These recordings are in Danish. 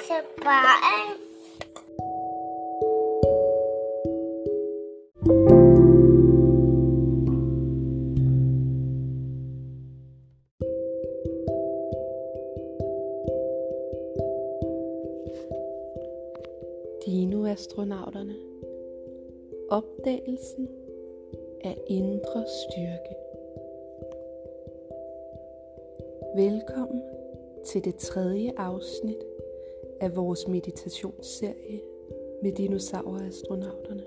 til barn. Dinoastronauterne. Opdagelsen af indre styrke. Velkommen til det 3. afsnit af vores meditationsserie med dinosaurastronauterne.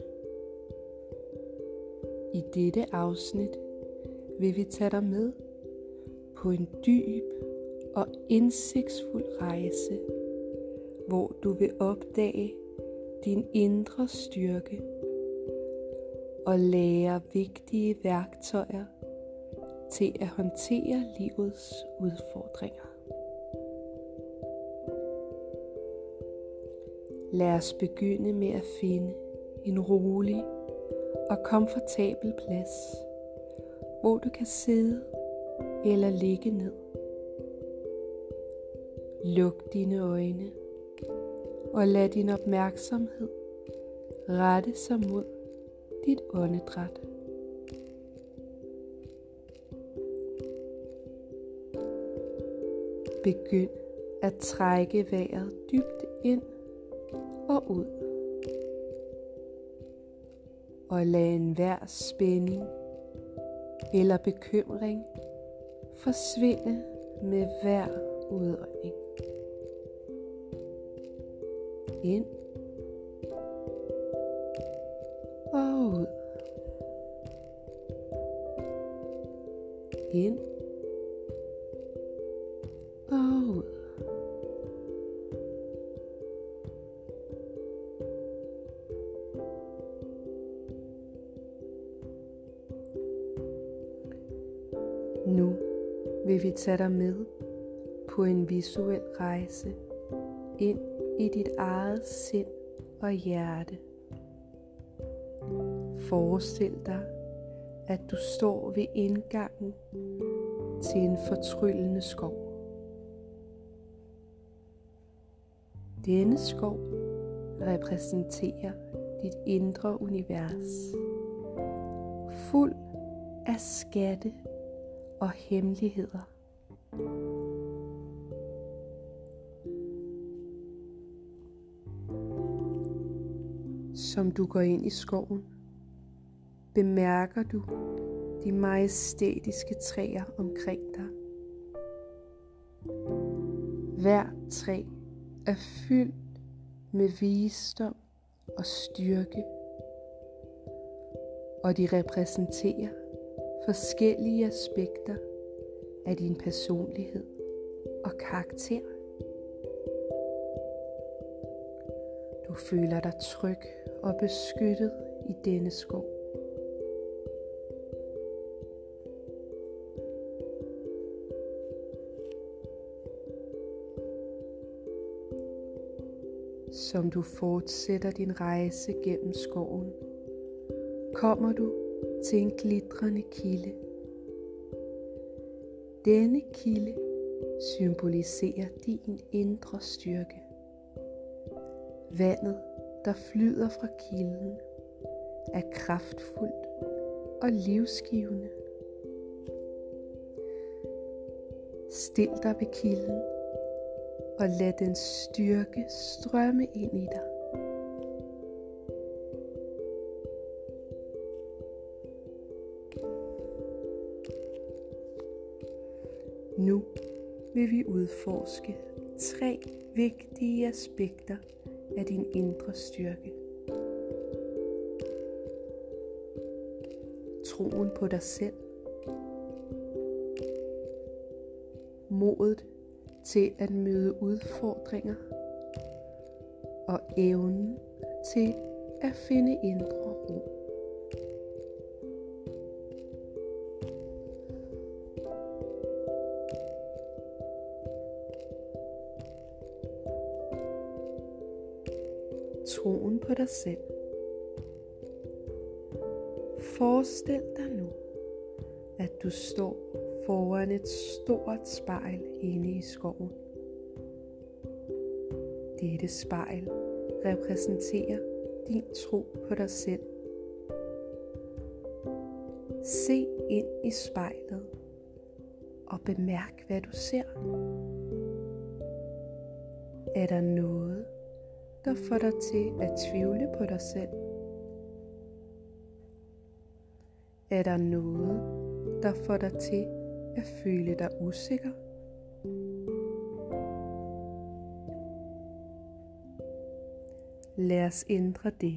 I dette afsnit vil vi tage dig med på en dyb og indsigtsfuld rejse, hvor du vil opdage din indre styrke og lære vigtige værktøjer til at håndtere livets udfordringer. Lad os begynde med at finde en rolig og komfortabel plads, hvor du kan sidde eller ligge ned. Luk dine øjne og lad din opmærksomhed rette sig mod dit åndedræt. Begynd at trække vejret dybt ind og ud. Og lad enhver spænding eller bekymring forsvinde med hver udånding. Ind og ud. Ind og ud. Nu vil vi tage dig med på en visuel rejse ind i dit eget sind og hjerte. Forestil dig, at du står ved indgangen til en fortryllende skov. Denne skov repræsenterer dit indre univers, fuld af skatte og hemmeligheder. Som du går ind i skoven, bemærker du de majestætiske træer omkring dig. Hver træ er fyldt med visdom og styrke, og de repræsenterer forskellige aspekter af din personlighed og karakter. Du føler dig tryg og beskyttet i denne skov. Som du fortsætter din rejse gennem skoven, kommer du til en glitrende kilde. Denne kilde symboliserer din indre styrke. Vandet, der flyder fra kilden, er kraftfuldt og livsgivende. Stil dig ved kilden og lad den styrke strømme ind i dig. Nu vil vi udforske 3 vigtige aspekter af din indre styrke. Troen på dig selv, modet til at møde udfordringer og evnen til at finde indre ro. Troen på dig selv. Forestil dig nu, at du står foran et stort spejl inde i skoven. Dette spejl repræsenterer din tro på dig selv. Se ind i spejlet og bemærk, hvad du ser. Er der noget, der får dig til at tvivle på dig selv? Er der noget, der får dig til at føle dig usikker? Lad os ændre det.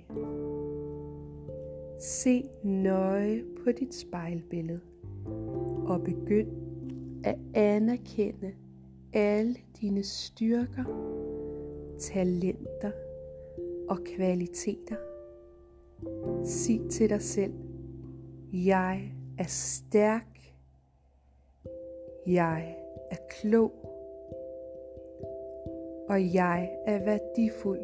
Se nøje på dit spejlbillede og begynd at anerkende alle dine styrker, talenter og kvaliteter. Sig til dig selv: jeg er stærk, jeg er klog, og jeg er værdifuld.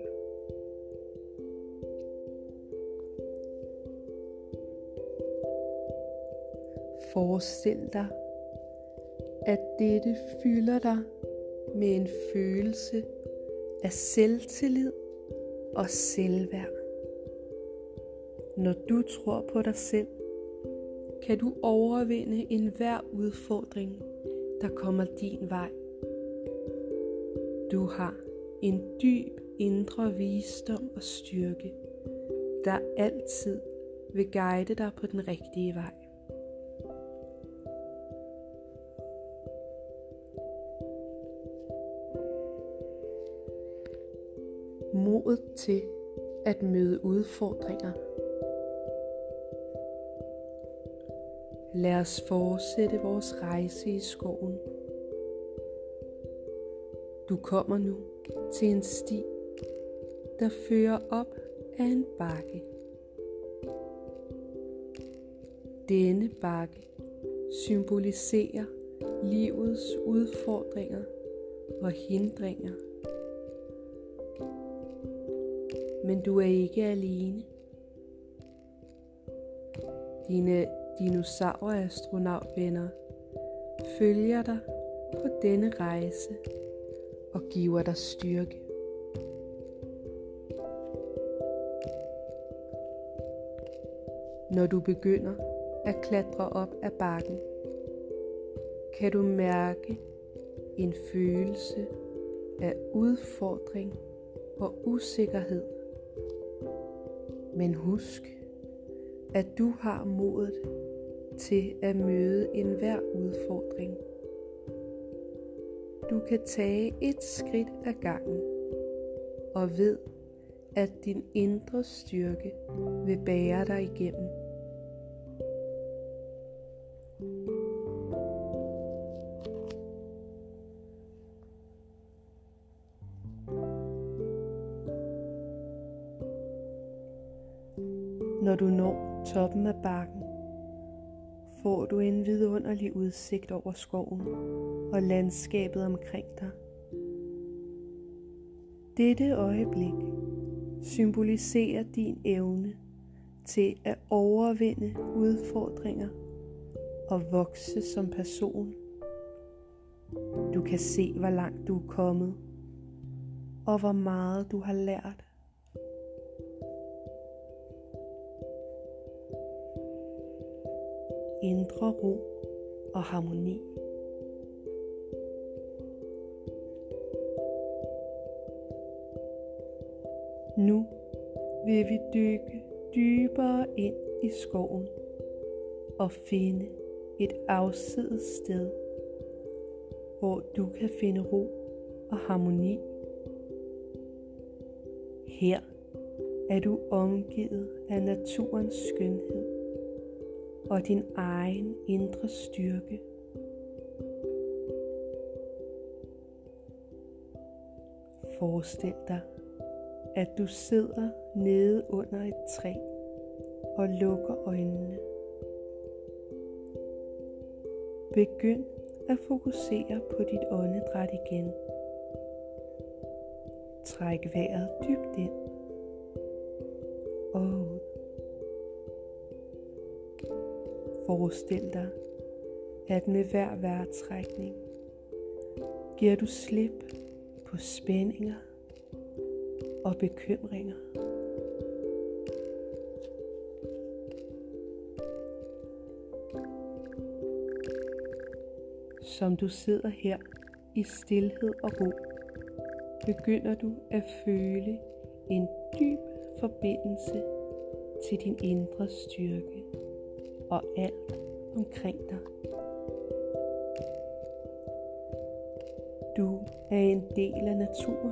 Forestil dig, at dette fylder dig med en følelse af selvtillid og selvværd. Når du tror på dig selv, kan du overvinde enhver udfordring, der kommer din vej. Du har en dyb indre visdom og styrke, der altid vil guide dig på den rigtige vej. Modet til at møde udfordringer. Lad os fortsætte vores rejse i skoven. Du kommer nu til en sti, der fører op af en bakke. Denne bakke symboliserer livets udfordringer og hindringer. Men du er ikke alene. Dine dinosaur-astronautvenner følger dig på denne rejse og giver dig styrke. Når du begynder at klatre op ad bakken, kan du mærke en følelse af udfordring og usikkerhed. Men husk, at du har modet til at møde enhver udfordring. Du kan tage et skridt ad gangen og ved, at din indre styrke vil bære dig igennem. Når du når toppen af bakken, får du en vidunderlig udsigt over skoven og landskabet omkring dig. Dette øjeblik symboliserer din evne til at overvinde udfordringer og vokse som person. Du kan se, hvor langt du er kommet, og hvor meget du har lært. Indre ro og harmoni. Nu vil vi dykke dybere ind i skoven og finde et afsides sted, hvor du kan finde ro og harmoni. Her er du omgivet af naturens skønhed og din egen indre styrke. Forestil dig, at du sidder nede under et træ og lukker øjnene. Begynd at fokusere på dit åndedræt igen. Træk vejret dybt ind og ud. Forestil dig, at med hver vejrtrækning giver du slip på spændinger og bekymringer. Som du sidder her i stilhed og ro, begynder du at føle en dyb forbindelse til din indre styrke og alt omkring dig. Du er en del af naturen,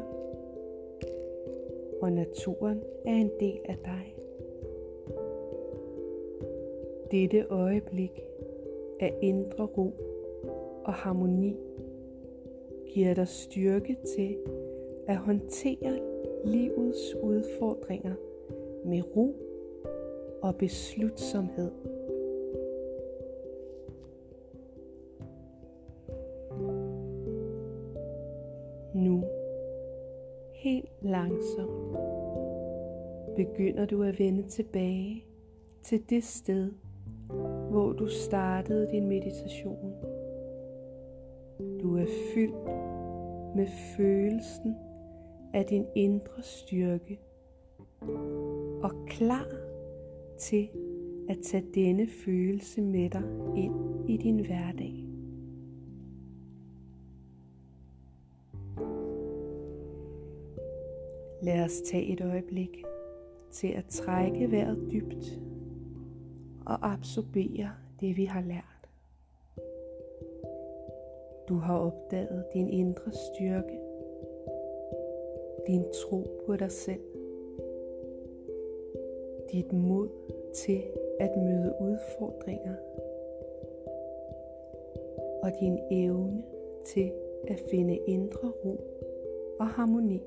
og naturen er en del af dig. Dette øjeblik af indre ro og harmoni giver dig styrke til at håndtere livets udfordringer med ro og beslutsomhed. Nu, helt langsomt, begynder du at vende tilbage til det sted, hvor du startede din meditation. Du er fyldt med følelsen af din indre styrke og klar til at tage denne følelse med dig ind i din hverdag. Lad os tage et øjeblik til at trække vejret dybt og absorbere det, vi har lært. Du har opdaget din indre styrke, din tro på dig selv, dit mod til at møde udfordringer og din evne til at finde indre ro og harmoni.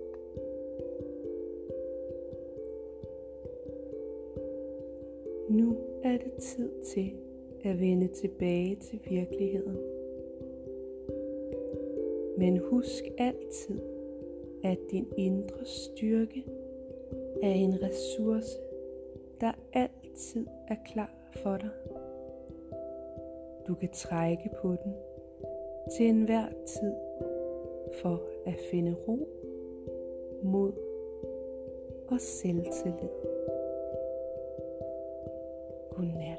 Nu er det tid til at vende tilbage til virkeligheden. Men husk altid, at din indre styrke er en ressource, der altid er klar for dig. Du kan trække på den til enhver tid for at finde ro, mod og selvtillid. Godnat.